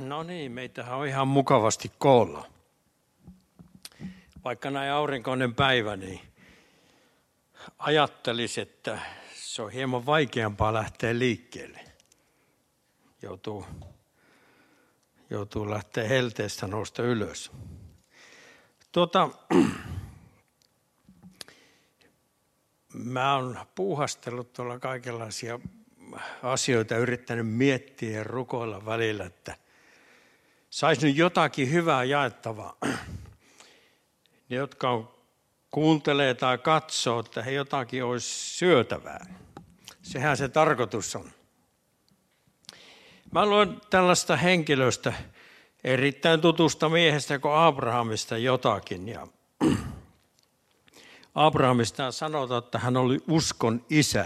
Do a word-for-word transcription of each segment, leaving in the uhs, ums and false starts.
No niin, meitähän on ihan mukavasti koolla. Vaikka näin aurinkoinen päivä, niin ajattelisi, että se on hieman vaikeampaa lähteä liikkeelle. Joutuu, joutuu lähteä helteestä nousta ylös. Tuota, mä oon puuhastellut tuolla kaikenlaisia asioita, yrittänyt miettiä ja rukoilla välillä, että saisi nyt jotakin hyvää jaettavaa. Ne, jotka on, kuuntelee tai katsoo, että he jotakin olisi syötävää. Sehän se tarkoitus on. Mä luen tällaista henkilöstä, erittäin tutusta miehestä kuin Abrahamista jotakin. Ja Abrahamista sanotaan, että hän oli uskon isä.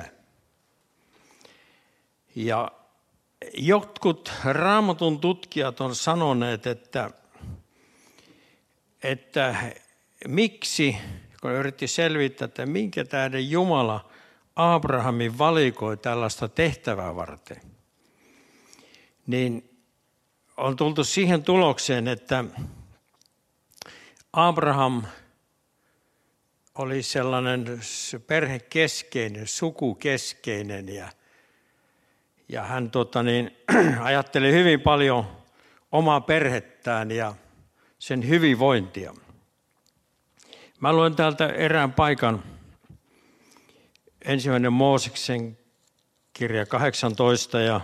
Ja jotkut Raamatun tutkijat on sanoneet, että, että miksi, kun yritti selvittää, että minkä tähden Jumala Abrahamin valikoi tällaista tehtävää varten, niin on tultu siihen tulokseen, että Abraham oli sellainen perhekeskeinen, sukukeskeinen ja Ja hän tota, niin, ajatteli hyvin paljon omaa perhettään ja sen hyvinvointia. Mä luen täältä erään paikan, ensimmäinen Mooseksen kirja kahdeksantoista ja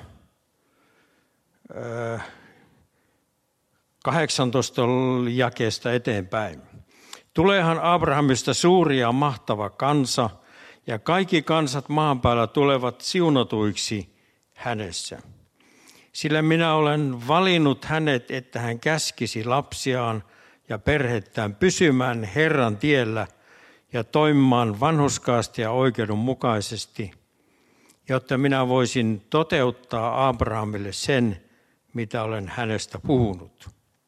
ö, kahdeksantoista jakeesta eteenpäin. Tuleehan Abrahamista suuri ja mahtava kansa, ja kaikki kansat maan päällä tulevat siunatuiksi hänessä. Sillä minä olen valinnut hänet, että hän käskisi lapsiaan ja perhettään pysymään Herran tiellä ja toimimaan vanhurskaasti ja oikeudenmukaisesti, jotta minä voisin toteuttaa Abrahamille sen, mitä olen hänestä puhunut.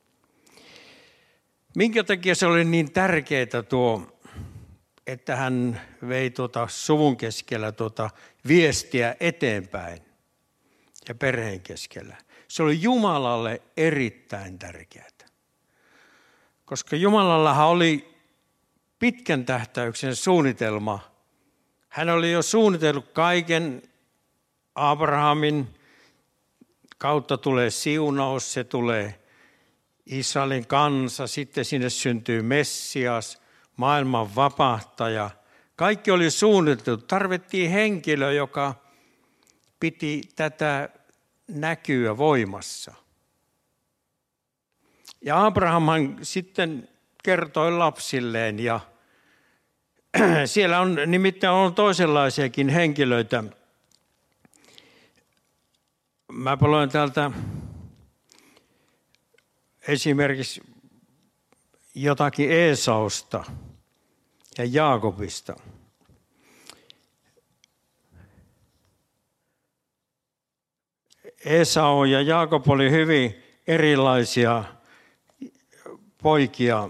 Minkä takia se oli niin tärkeää tuo, että hän vei tuota suvun keskellä tuota viestiä eteenpäin ja perheen keskellä. Se oli Jumalalle erittäin tärkeää. Koska Jumalallahan oli pitkän tähtäyksen suunnitelma. Hän oli jo suunnitellut kaiken. Abrahamin kautta tulee siunaus, se tulee Israelin kansa, sitten sinne syntyy Messias, maailman vapahtaja. Kaikki oli suunniteltu. Tarvittiin henkilö, joka piti tätä näkyä voimassa. Ja Abrahamhan sitten kertoi lapsilleen, ja siellä on nimittäin on toisenlaisiakin henkilöitä. Mä luen täältä esimerkiksi jotakin Eesausta ja Jaakobista. Esau ja Jaakob oli hyvin erilaisia poikia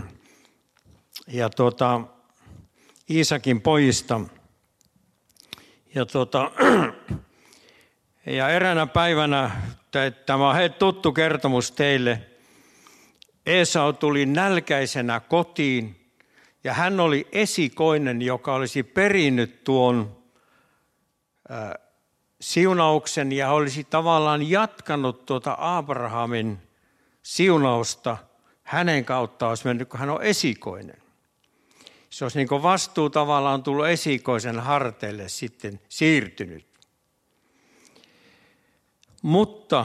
ja tuota, Iisakin pojista. Ja, tuota, ja eräänä päivänä, tämä on tuttu kertomus teille, Esau tuli nälkäisenä kotiin ja hän oli esikoinen, joka olisi perinnyt tuon äh, siunauksen ja olisi tavallaan jatkanut tuota Abrahamin siunausta. Hänen kautta olisi mennyt, kun hän on esikoinen. Se olisi niin kuin vastuu tavallaan tullut esikoisen harteille sitten siirtynyt. Mutta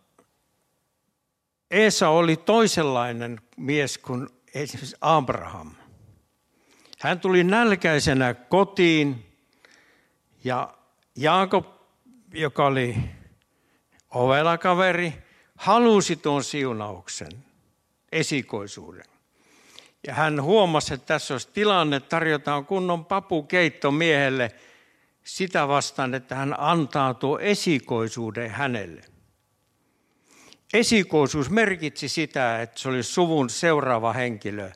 Esau oli toisenlainen mies kuin esimerkiksi Abraham. Hän tuli nälkäisenä kotiin ja Jaakob, joka oli ovela kaveri, halusi tuon siunauksen, esikoisuuden. Ja hän huomasi, että tässä olisi tilanne, tarjotaan kunnon papukeitto miehelle sitä vastaan, että hän antaa tuo esikoisuuden hänelle. Esikoisuus merkitsi sitä, että se oli suvun seuraava henkilö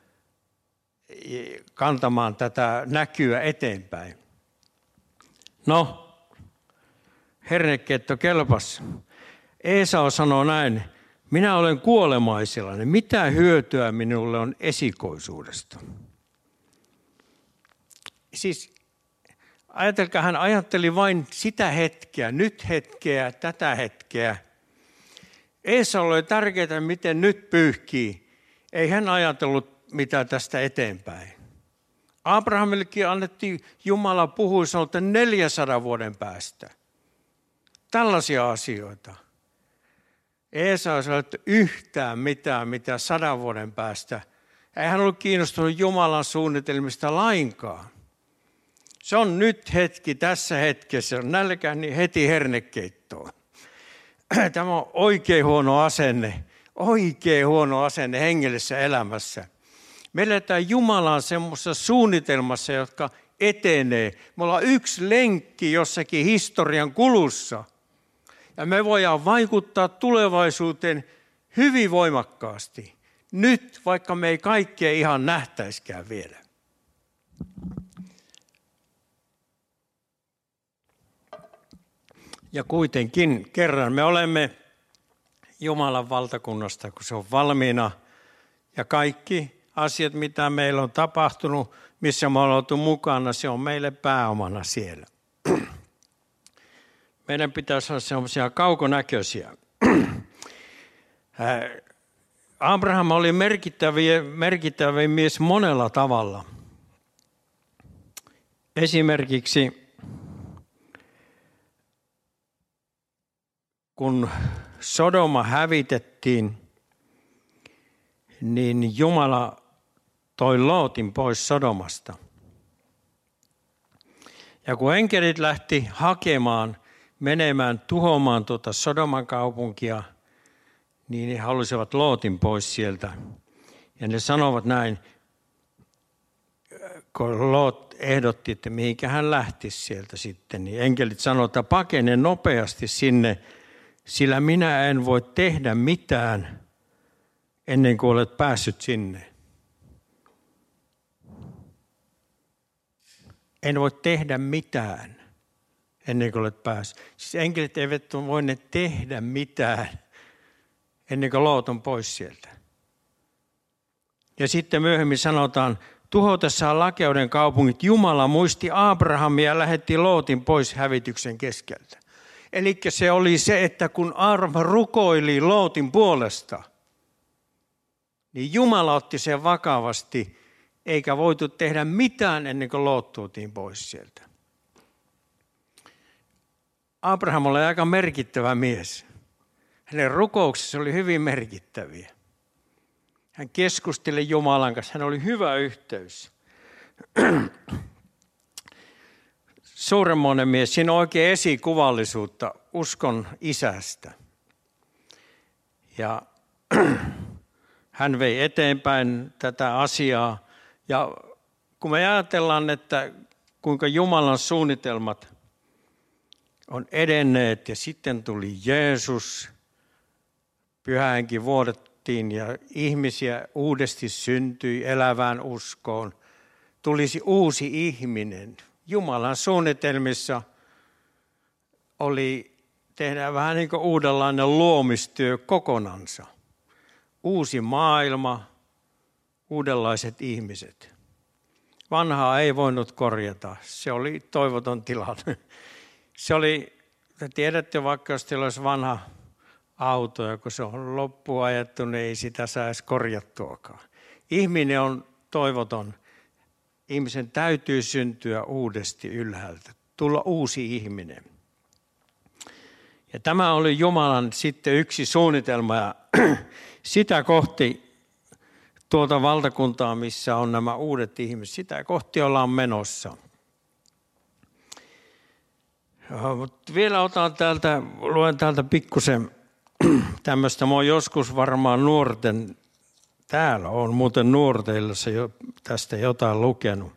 kantamaan tätä näkyä eteenpäin. No, hernekeitto kelpas. Esau sanoo näin, minä olen kuolemaisillani, mitä hyötyä minulle on esikoisuudesta? Siis ajatelkaa, hän ajatteli vain sitä hetkeä, nyt hetkeä, tätä hetkeä. Esaulle oli tärkeää, miten nyt pyyhkii. Ei hän ajatellut mitä tästä eteenpäin. Abrahamillekin annettiin Jumala puhui sanoi, että neljänsadan vuoden päästä. Tällaisia asioita. Esau ei sanonut yhtään mitään, mitä sadan vuoden päästä. Ei hän ollut kiinnostunut Jumalan suunnitelmista lainkaan. Se on nyt hetki, tässä hetkessä. On nälkä, niin heti hernekeittoon. Tämä on oikein huono asenne. Oikein huono asenne hengellisessä elämässä. Me eletään Jumalan semmoisessa suunnitelmassa, jotka etenee. Me ollaan yksi lenkki jossakin historian kulussa. Ja me voidaan vaikuttaa tulevaisuuteen hyvin voimakkaasti. Nyt, vaikka me ei kaikkea ihan nähtäiskään vielä. Ja kuitenkin kerran me olemme Jumalan valtakunnasta, kun se on valmiina. Ja kaikki asiat, mitä meillä on tapahtunut, missä me ollaan oltu mukana, se on meille pääomana siellä. Meidän pitäisi olla sellaisia kaukonäköisiä. Abraham oli merkittävä, merkittävä mies monella tavalla. Esimerkiksi kun Sodoma hävitettiin, niin Jumala toi Lootin pois Sodomasta. Ja kun enkelit lähti hakemaan, menemään, tuhoamaan tuota Sodoman kaupunkia, niin he halusivat Lootin pois sieltä. Ja ne sanovat näin, kun Loot ehdotti, että mihinkä hän lähtisi sieltä sitten, niin enkelit sanoivat, että pakene nopeasti sinne, sillä minä en voi tehdä mitään ennen kuin olet päässyt sinne. En voi tehdä mitään ennen kuin olet päässyt. Siis enkelit eivät voineet tehdä mitään ennen kuin Loot on pois sieltä. Ja sitten myöhemmin sanotaan, tuhotessaan lakeuden kaupungit Jumala muisti Abrahamia ja lähetti Lootin pois hävityksen keskeltä. Eli se oli se, että kun Abraham rukoili Lootin puolesta, niin Jumala otti sen vakavasti, eikä voitu tehdä mitään ennen kuin Loot tuotiin pois sieltä. Abraham oli aika merkittävä mies. Hänen rukouksessa oli hyvin merkittäviä. Hän keskusteli Jumalan kanssa, hän oli hyvä yhteys. Suuremmoinen mies, siinä on oikein esikuvallisuutta uskon isästä. Ja hän vei eteenpäin tätä asiaa. Ja kun me ajatellaan, että kuinka Jumalan suunnitelmat on edenneet ja sitten tuli Jeesus, pyhähenki vuodettiin ja ihmisiä uudesti syntyi elävään uskoon. Tulisi uusi ihminen. Jumalan suunnitelmissa oli tehdä vähän niin kuin uudenlainen luomistyö kokonansa. Uusi maailma, uudenlaiset ihmiset. Vanhaa ei voinut korjata. Se oli toivoton tilanne. Se oli, te tiedätte vaikka jos teillä olisi vanha auto ja kun se on loppuun ajettu, niin ei sitä saisi korjattuakaan. Ihminen on toivoton. Ihmisen täytyy syntyä uudesti ylhäältä, tulla uusi ihminen. Ja tämä oli Jumalan sitten yksi suunnitelma ja sitä kohti tuota valtakuntaa, missä on nämä uudet ihmiset, sitä kohti ollaan menossa. Mutta vielä otan täältä, luen täältä pikkusen tämmöistä, mä oon joskus varmaan nuorten, täällä on muuten nuorteilla jo tästä jotain lukenut.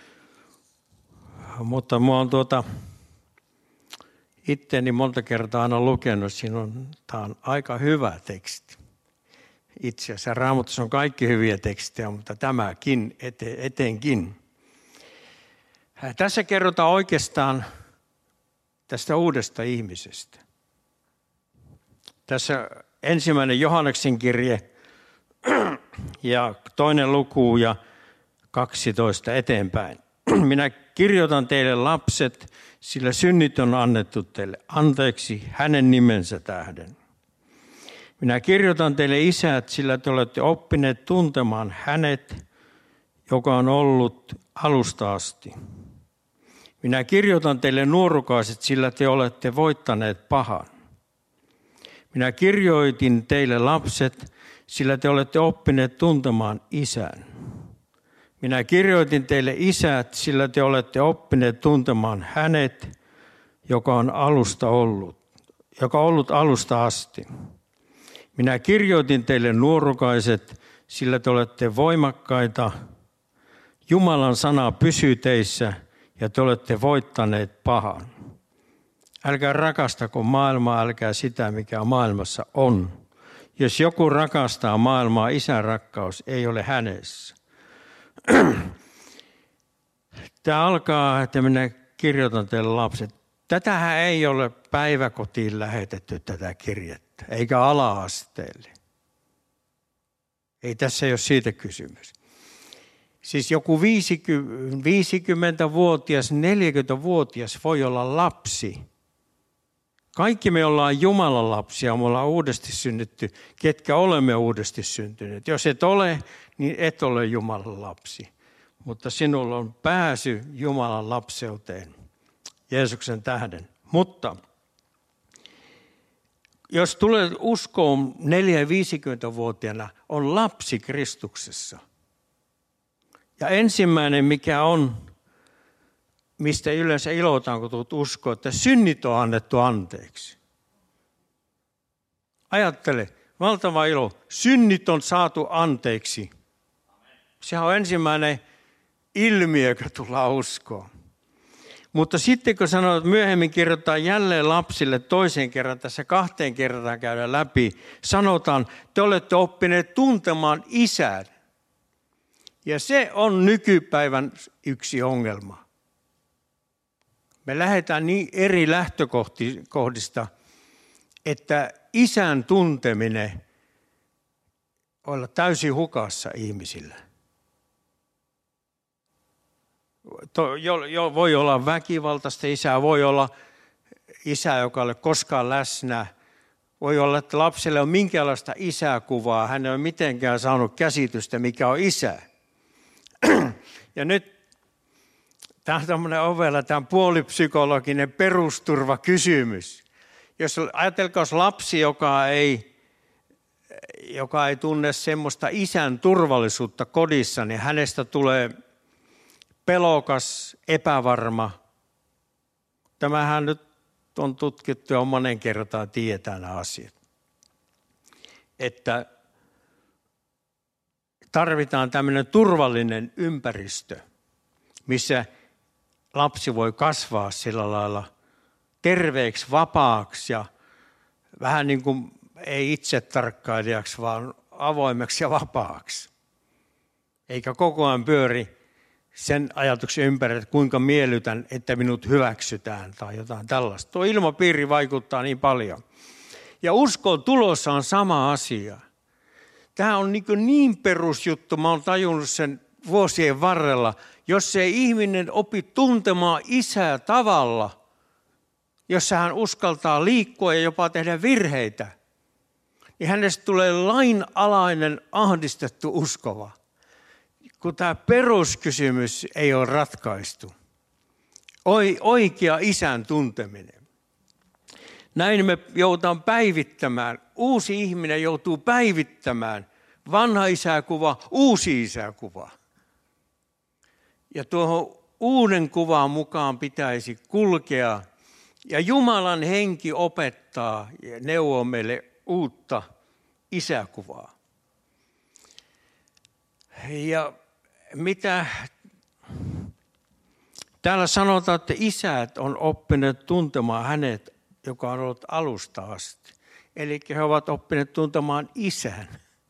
Mutta mä oon tuota itteni monta kertaa aina lukenut, siinä on, tää on aika hyvä teksti. Itse asiassa Raamatussa on kaikki hyviä tekstejä, mutta tämäkin ete, etenkin. Tässä kerrotaan oikeastaan tästä uudesta ihmisestä. Tässä ensimmäinen Johanneksen kirje ja toinen luku ja kaksitoista eteenpäin. Minä kirjoitan teille lapset, sillä synnit on annettu teille anteeksi hänen nimensä tähden. Minä kirjoitan teille isät, sillä te olette oppineet tuntemaan hänet, joka on ollut alusta asti. Minä kirjoitan teille nuorukaiset, sillä te olette voittaneet pahan. Minä kirjoitin teille lapset, sillä te olette oppineet tuntemaan isän. Minä kirjoitin teille isät, sillä te olette oppineet tuntemaan hänet, joka on alusta ollut, joka on ollut alusta asti. Minä kirjoitin teille nuorukaiset, sillä te olette voimakkaita. Jumalan sana pysyy teissä ja te olette voittaneet pahan. Älkää rakastako maailmaa, älkää sitä, mikä maailmassa on. Jos joku rakastaa maailmaa, isän rakkaus ei ole hänessä. Tämä alkaa, että minä kirjoitan teille lapset. Tätähän ei ole päiväkotiin lähetetty tätä kirjettä, eikä ala-asteelle. Ei tässä ole siitä kysymys. Siis joku viisikymmentävuotias, neljäkymmentävuotias voi olla lapsi. Kaikki me ollaan Jumalan lapsia, me ollaan uudesti synnytty, ketkä olemme uudesti syntyneet. Jos et ole, niin et ole Jumalan lapsi. Mutta sinulla on pääsy Jumalan lapseuteen Jeesuksen tähden. Mutta jos tulet uskoon neljä-viisikymmentävuotiaana, on lapsi Kristuksessa. Ja ensimmäinen, mikä on, mistä yleensä ilotaan, kun tulet uskoon, että synnit on annettu anteeksi. Ajattele, valtava ilo, synnit on saatu anteeksi. Sehän on ensimmäinen ilmiö, joka tullaan uskoon. Mutta sitten kun sanoo, että myöhemmin kirjoitetaan jälleen lapsille toisen kerran, tässä kahteen kertaan käydään läpi, sanotaan, te olette oppineet tuntemaan isän. Ja se on nykypäivän yksi ongelma. Me lähdetään niin eri lähtökohdista, että isän tunteminen olla täysin hukassa ihmisillä. Jo, jo, voi olla väkivaltaista isää, voi olla isä, joka ei ole koskaan läsnä. Voi olla, että lapselle on minkäänlaista isäkuvaa, hän ei ole mitenkään saanut käsitystä, mikä on isä. Ja nyt tämä on tämmöinen ovella, tämä puolipsykologinen perusturvakysymys. Jos ajatelkaa, jos lapsi, joka ei, joka ei tunne semmoista isän turvallisuutta kodissa, niin hänestä tulee pelokas, epävarma. Tämähän nyt on tutkittu ja on monen kertaan tietää nämä asiat. Että tarvitaan tämmöinen turvallinen ympäristö, missä lapsi voi kasvaa sillä lailla terveeksi, vapaaksi ja vähän niin kuin ei itse tarkkailijaksi, vaan avoimeksi ja vapaaksi. Eikä koko ajan pyöri sen ajatuksen ympärillä, että kuinka miellytän, että minut hyväksytään tai jotain tällaista. Tuo ilmapiiri vaikuttaa niin paljon. Ja uskon tulossa on sama asia. Tämä on niin, niin perusjuttu, mä oon tajunnut sen vuosien varrella. Jos ei ihminen opi tuntemaan isää tavalla, jossa hän uskaltaa liikkua ja jopa tehdä virheitä, niin hänestä tulee lainalainen, ahdistettu uskova. Kun tämä peruskysymys ei ole ratkaistu. Oikea isän tunteminen. Näin me joudutaan päivittämään. Uusi ihminen joutuu päivittämään. Vanha isäkuva, uusi isäkuva. Ja tuohon uuden kuvan mukaan pitäisi kulkea. Ja Jumalan henki opettaa ja neuvoo meille uutta isäkuvaa. Ja mitä täällä sanotaan, että isät on oppineet tuntemaan hänet, joka on ollut alusta asti. Eli he ovat oppineet tuntemaan isän.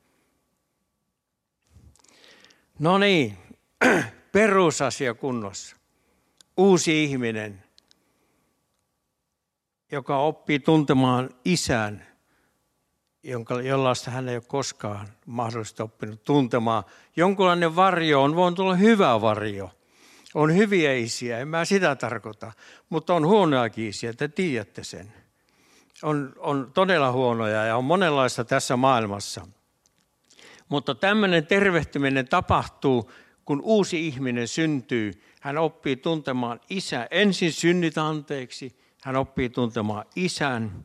No niin, perusasia kunnossa. Uusi ihminen, joka oppii tuntemaan isän, jonka, jollaista hän ei ole koskaan mahdollisesti oppinut tuntemaan. Jonkunlainen varjo on voinut olla hyvä varjo. On hyviä isiä, en mä sitä tarkoita, mutta on huonoakin isiä, te tiedätte sen. On, on todella huonoja ja on monenlaista tässä maailmassa. Mutta tämmöinen tervehtyminen tapahtuu, kun uusi ihminen syntyy. Hän oppii tuntemaan isän. Ensin synnit anteeksi, hän oppii tuntemaan isän.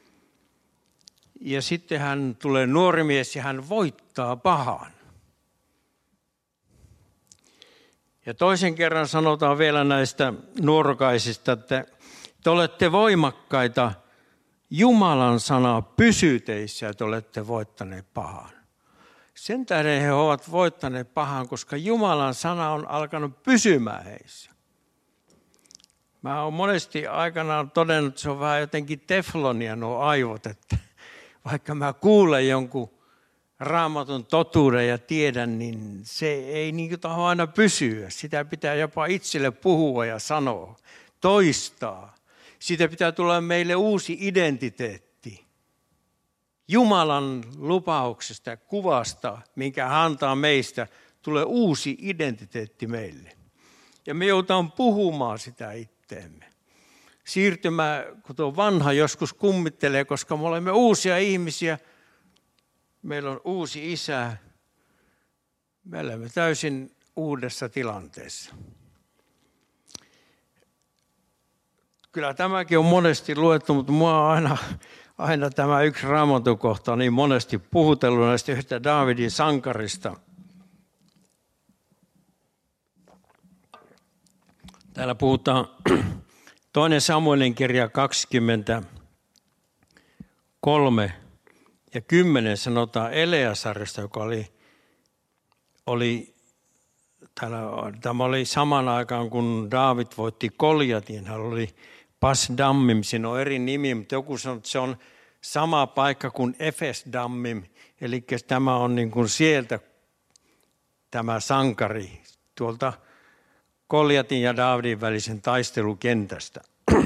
Ja sitten hän tulee nuori mies ja hän voittaa pahan. Ja toisen kerran sanotaan vielä näistä nuorukaisista, että te olette voimakkaita, Jumalan sana pysyy teissä ja te olette voittaneet pahan. Sen tähden he ovat voittaneet pahan, koska Jumalan sana on alkanut pysymään heissä. Mä oon monesti aikanaan todennut, että se on vähän jotenkin teflonia nuo aivot, että vaikka mä kuulen jonkun Raamatun totuuden ja tiedän, niin se ei niin kuin tahdo aina pysyä. Sitä pitää jopa itselle puhua ja sanoa, toistaa. Siitä pitää tulla meille uusi identiteetti. Jumalan lupauksesta ja kuvasta, minkä hän antaa meistä, tulee uusi identiteetti meille. Ja me joudutaan puhumaan sitä itteemme. Siirtymä, kun tuo vanha joskus kummittelee, koska me olemme uusia ihmisiä, meillä on uusi isä, me olemme täysin uudessa tilanteessa. Kyllä tämäkin on monesti luettu, mutta minua on aina, aina tämä yksi raamatukohta niin monesti puhutellut näistä yhtä Daavidin sankarista. Täällä puhutaan toinen Samuelin kirja kaksikymmentäkolme ja kymmenen sanotaan Eleasarista, joka oli, oli täällä, tämä oli saman aikaan, kun Daavid voitti Koljatin. Hän oli Pas-Dammim, siinä on eri nimi, mutta joku sanoo, että se on sama paikka kuin Efes-Dammim. Eli tämä on niin kuin sieltä tämä sankari, tuolta Koljatin ja Daavidin välisen taistelukentästä.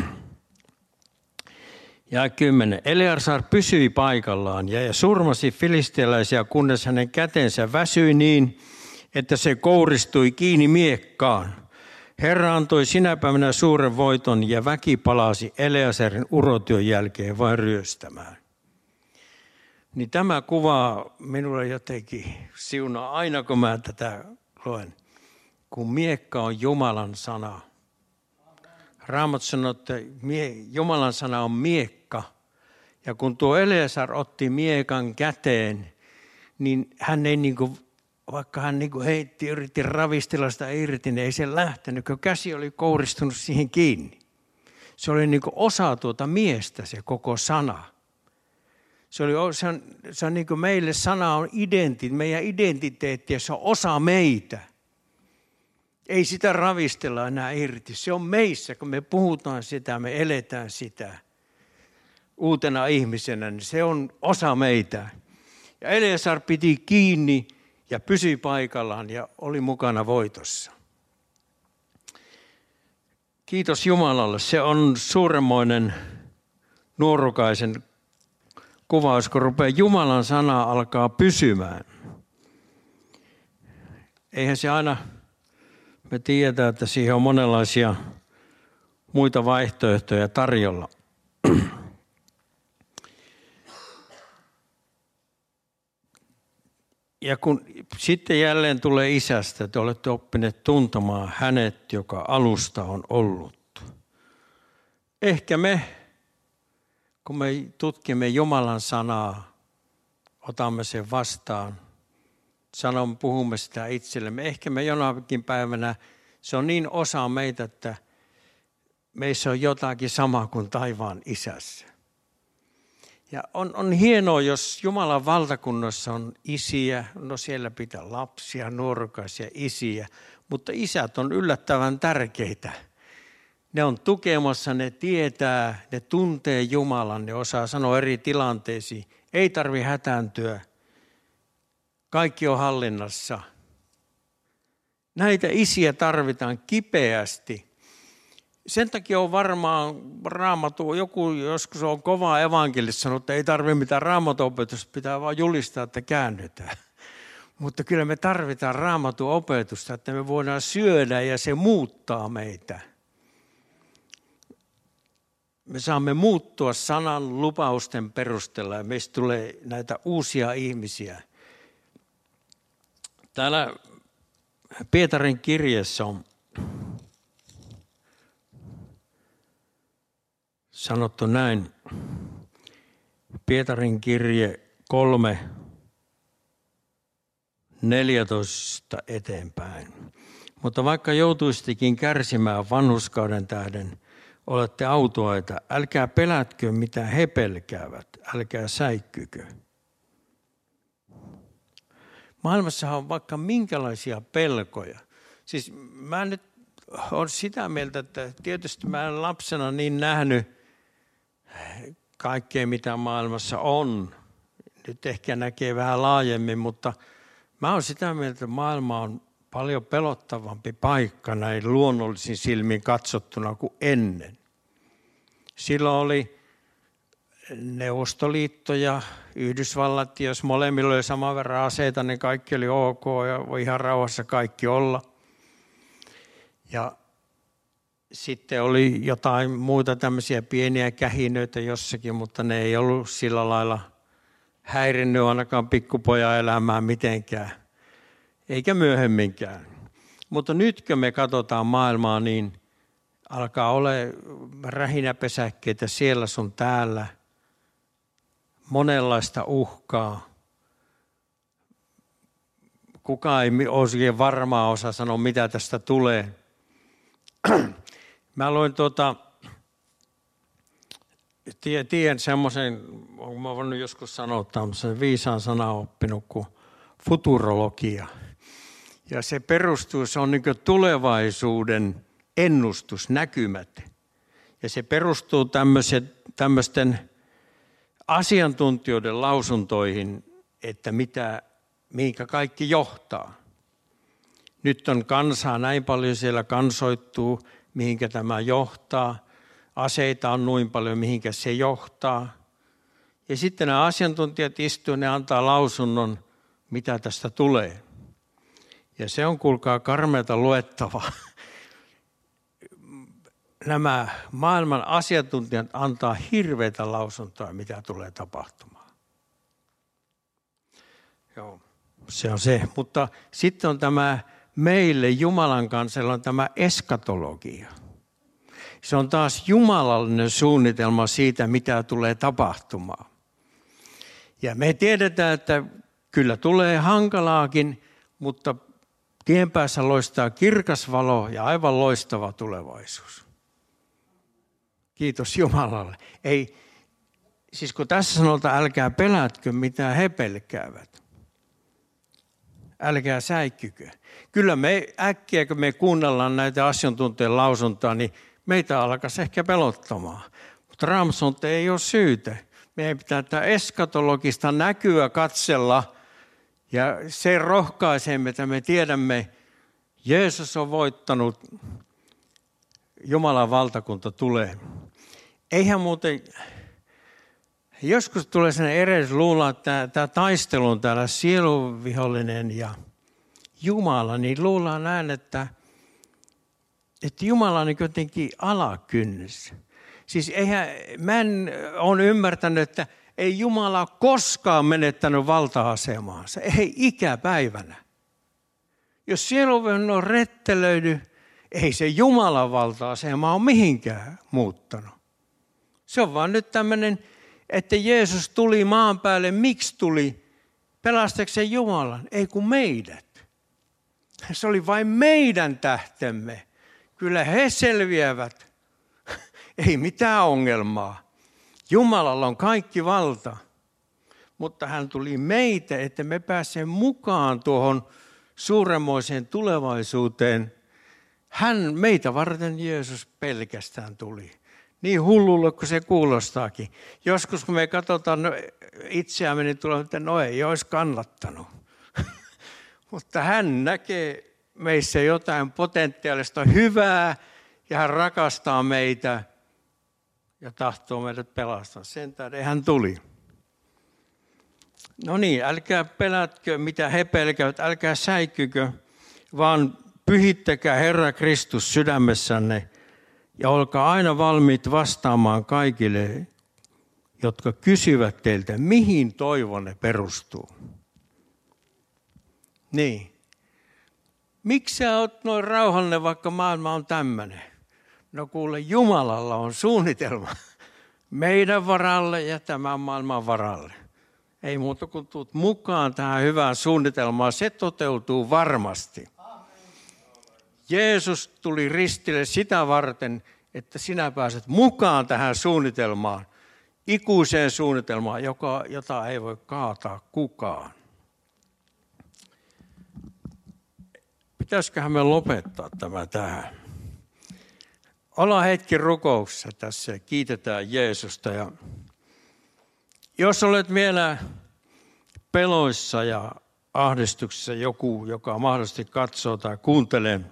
Ja kymmenen. Eleasar pysyi paikallaan ja surmasi filistealaisia, kunnes hänen kätensä väsyi niin, että se kouristui kiinni miekkaan. Herra antoi sinä päivänä suuren voiton ja väki palasi Eleasarin urotyön jälkeen vain ryöstämään. Niin tämä kuvaa minulle jotenkin siunaa aina, kun mä tätä luen. Kun miekka on Jumalan sana. Raamattu sanoo, että Jumalan sana on miekka. Ja kun tuo Eleasar otti miekan käteen, niin hän ei niin kuin, vaikka hän niin kuin heitti, yritti ravistella sitä irti, niin ei se lähtenyt, kun käsi oli kouristunut siihen kiinni. Se oli niin kuin osa tuota miestä, se koko sana. Se, oli, se on, se on niin kuin meille sana on identi, meidän identiteetti, ja se on osa meitä. Ei sitä ravistella enää irti. Se on meissä, kun me puhutaan sitä, me eletään sitä uutena ihmisenä, niin se on osa meitä. Ja Eleasar piti kiinni ja pysyi paikallaan ja oli mukana voitossa. Kiitos Jumalalle. Se on suuremmoinen nuorukaisen kuvaus, kun rupeaa Jumalan sana alkaa pysymään. Eihän se aina... Me tiedetään, että siihen on monenlaisia muita vaihtoehtoja tarjolla. Ja kun sitten jälleen tulee isästä, te olette oppineet tuntemaan hänet, joka alusta on ollut. Ehkä me, kun me tutkimme Jumalan sanaa, otamme sen vastaan, sanon, puhumme sitä itsellemme. Ehkä me jonakin päivänä, se on niin osa meitä, että meissä on jotakin samaa kuin taivaan isässä. Ja on, on hienoa, jos Jumalan valtakunnassa on isiä, no siellä pitää lapsia, nuorukaisia isiä, mutta isät on yllättävän tärkeitä. Ne on tukemassa, ne tietää, ne tuntee Jumalan, ne osaa sanoa eri tilanteisiin. Ei tarvitse hätääntyä. Kaikki on hallinnassa. Näitä isiä tarvitaan kipeästi. Sen takia on varmaan Raamattu, joku joskus on kova evankelista sanonut, että ei tarvitse mitään Raamatun-opetusta, pitää vaan julistaa, että käännytään. Mutta kyllä me tarvitaan Raamatun opetusta, että me voidaan syödä ja se muuttaa meitä. Me saamme muuttua sanan lupausten perusteella ja meistä tulee näitä uusia ihmisiä. Täällä Pietarin kirjeessä on sanottu näin. Pietarin kirje kolme, neljätoista eteenpäin. Mutta vaikka joutuisittekin kärsimään vanhurskauden tähden, olette autuaita, älkää pelätkö mitä he pelkäävät, älkää säikkykö. Maailmassa on vaikka minkälaisia pelkoja. Siis mä nyt olen sitä mieltä, että tietysti mä en lapsena niin nähnyt kaikkea mitä maailmassa on. Nyt ehkä näkee vähän laajemmin, mutta mä olen sitä mieltä, että maailma on paljon pelottavampi paikka näin luonnollisin silmin katsottuna kuin ennen. Silloin oli Neuvostoliitto ja Yhdysvallat, jos molemmilla oli saman verran aseita, niin kaikki oli ok ja voi ihan rauhassa kaikki olla. Ja sitten oli jotain muita tämmöisiä pieniä kähinöitä jossakin, mutta ne ei ollut sillä lailla häirinnyt ainakaan pikkupojan elämää mitenkään, eikä myöhemminkään. Mutta nyt kun me katsotaan maailmaa, niin alkaa olla rähinäpesäkkeitä siellä sun täällä, monenlaista uhkaa. Kukaan ei oikein varmaa osaa sanoa, mitä tästä tulee. Mä luin tuota, tiedän semmoisen, olen voinut joskus sanoa tämmöisen viisaan sanan oppinut kuin futurologia. Ja se perustuu, se on niin kuin tulevaisuuden ennustusnäkymät. Ja se perustuu tämmöisten asiantuntijoiden lausuntoihin, että mitä, mihinkä kaikki johtaa. Nyt on kansaa näin paljon, siellä kansoittuu, mihinkä tämä johtaa. Aseita on noin paljon, mihinkä se johtaa. Ja sitten nämä asiantuntijat istuvat, ne antaa lausunnon, mitä tästä tulee. Ja se on, kuulkaa, karmeata luettavaa. Nämä maailman asiantuntijat antaa hirveitä lausuntoja, mitä tulee tapahtumaan. Joo, se on se. Mutta sitten on tämä meille Jumalan kansalla on tämä eskatologia. Se on taas jumalallinen suunnitelma siitä, mitä tulee tapahtumaan. Ja me tiedetään, että kyllä tulee hankalaakin, mutta tien päässä loistaa kirkas valo ja aivan loistava tulevaisuus. Kiitos Jumalalle. Ei, siis kun tässä sanotaan, älkää pelätkö, mitä he pelkäävät. Älkää säikkykö. Kyllä me äkkiä, kun me kuunnellaan näitä asiantuntijan lausuntoja, niin meitä alkaisi ehkä pelottamaan. Mutta Raamassa ei ole syytä. Meidän pitää tätä eskatologista näkyä katsella ja se rohkaisee, että me tiedämme, Jeesus on voittanut, Jumalan valtakunta tulee. Eihän muuten, joskus tulee sellainen erehdys luulla, että tämä taistelu on täällä sieluvihollinen ja Jumala, niin luullaan näin, että, että Jumala on jotenkin alakynnys. Siis eihän, mä en ole ymmärtänyt, että ei Jumala koskaan menettänyt valta-asemaansa, ei ikäpäivänä. Jos sieluvihollinen on rettelöinyt, ei se Jumalan valta-asema ole mihinkään muuttanut. Se on vaan nyt tämmöinen, että Jeesus tuli maan päälle. Miksi tuli? Pelastakseen Jumalan? Ei kun meidät. Se oli vain meidän tähtemme. Kyllä he selviävät. Ei mitään ongelmaa. Jumalalla on kaikki valta. Mutta hän tuli meitä, että me pääsemme mukaan tuohon suuremmoiseen tulevaisuuteen. Hän, meitä varten Jeesus pelkästään tuli. Niin hullulle kuin se kuulostaakin. Joskus kun me katsotaan itseämme, niin tulee, että no ei olisi kannattanut. Mutta hän näkee meissä jotain potentiaalista hyvää ja hän rakastaa meitä ja tahtoo meidät pelastaa. Sen tähden hän tuli. No niin, älkää pelätkö, mitä he pelkäävät, älkää säikkykö, vaan pyhittäkää Herra Kristus sydämessänne ja olkaa aina valmiit vastaamaan kaikille, jotka kysyvät teiltä, mihin toivonne perustuu. Niin. Miksi sä oot noin rauhallinen, vaikka maailma on tämmöinen? No kuule, Jumalalla on suunnitelma meidän varalle ja tämän maailman varalle. Ei muuta kuin tuut mukaan tähän hyvään suunnitelmaan, se toteutuu varmasti. Jeesus tuli ristille sitä varten, että sinä pääset mukaan tähän suunnitelmaan, ikuiseen suunnitelmaan, joka, jota ei voi kaataa kukaan. Pitäisiköhän me lopettaa tämä tähän? Ollaan hetki rukouksessa tässä ja kiitetään Jeesusta. Ja jos olet vielä peloissa ja ahdistuksessa joku, joka mahdollisesti katsoo tai kuuntelee,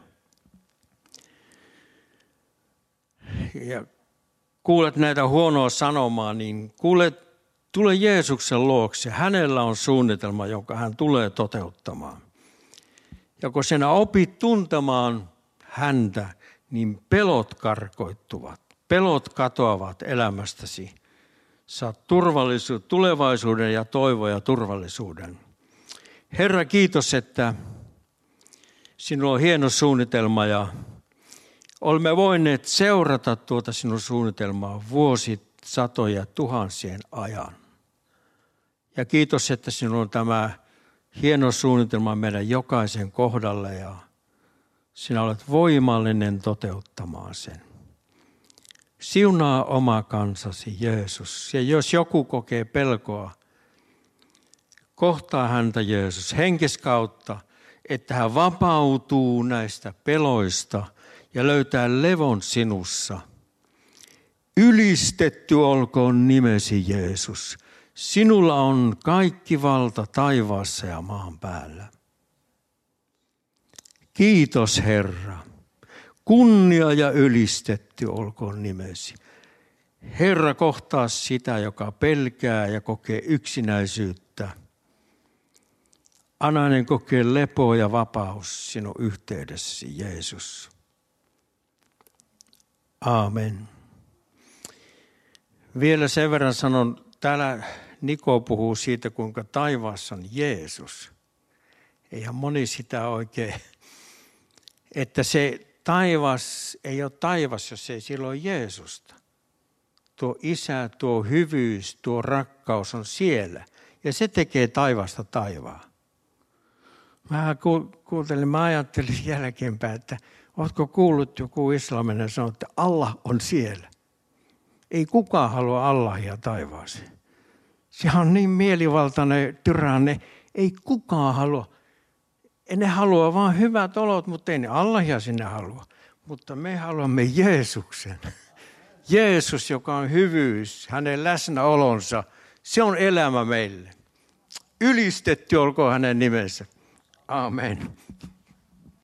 ja kuulet näitä huonoa sanomaa, niin kuulet, tule Jeesuksen luokse. Hänellä on suunnitelma, jonka hän tulee toteuttamaan. Ja kun sinä opit tuntemaan häntä, niin pelot karkoittuvat. Pelot katoavat elämästäsi. Saat turvallisuuden, tulevaisuuden ja toivo ja turvallisuuden. Herra, kiitos, että sinulla on hieno suunnitelma ja olemme voineet seurata tuota sinun suunnitelmaa vuosit, satoja, tuhansien ajan. Ja kiitos, että sinulla on tämä hieno suunnitelma meidän jokaisen kohdalle ja sinä olet voimallinen toteuttamaan sen. Siunaa oma kansasi, Jeesus. Ja jos joku kokee pelkoa, kohtaa häntä Jeesus henkes kautta, että hän vapautuu näistä peloista ja löytää levon sinussa. Ylistetty olkoon nimesi, Jeesus. Sinulla on kaikki valta taivaassa ja maan päällä. Kiitos, Herra. Kunnia ja ylistetty olkoon nimesi. Herra, kohtaa sitä, joka pelkää ja kokee yksinäisyyttä. Anna hänen kokee lepo ja vapaus sinun yhteydessäsi, Jeesus. Aamen. Vielä sen verran sanon, täällä Niko puhuu siitä, kuinka taivaassa on Jeesus. Eihän moni sitä oikein, että se taivas ei ole taivas, jos ei sillä ole Jeesusta. Tuo isä, tuo hyvyys, tuo rakkaus on siellä. Ja se tekee taivasta taivaa. Mä kuuntelin, mä ajattelin jälkeenpäin, että ootko kuullut joku islaminen sanoo, että Allah on siellä. Ei kukaan halua Allahia taivaaseen. Se on niin mielivaltainen tyranne. Ei kukaan halua. Ne haluaa vaan hyvät olot, mutta ei ne Allahia sinne halua. Mutta me haluamme Jeesuksen. Jeesus, joka on hyvyys, hänen läsnäolonsa, se on elämä meille. Ylistetty olkoon hänen nimensä. Amen.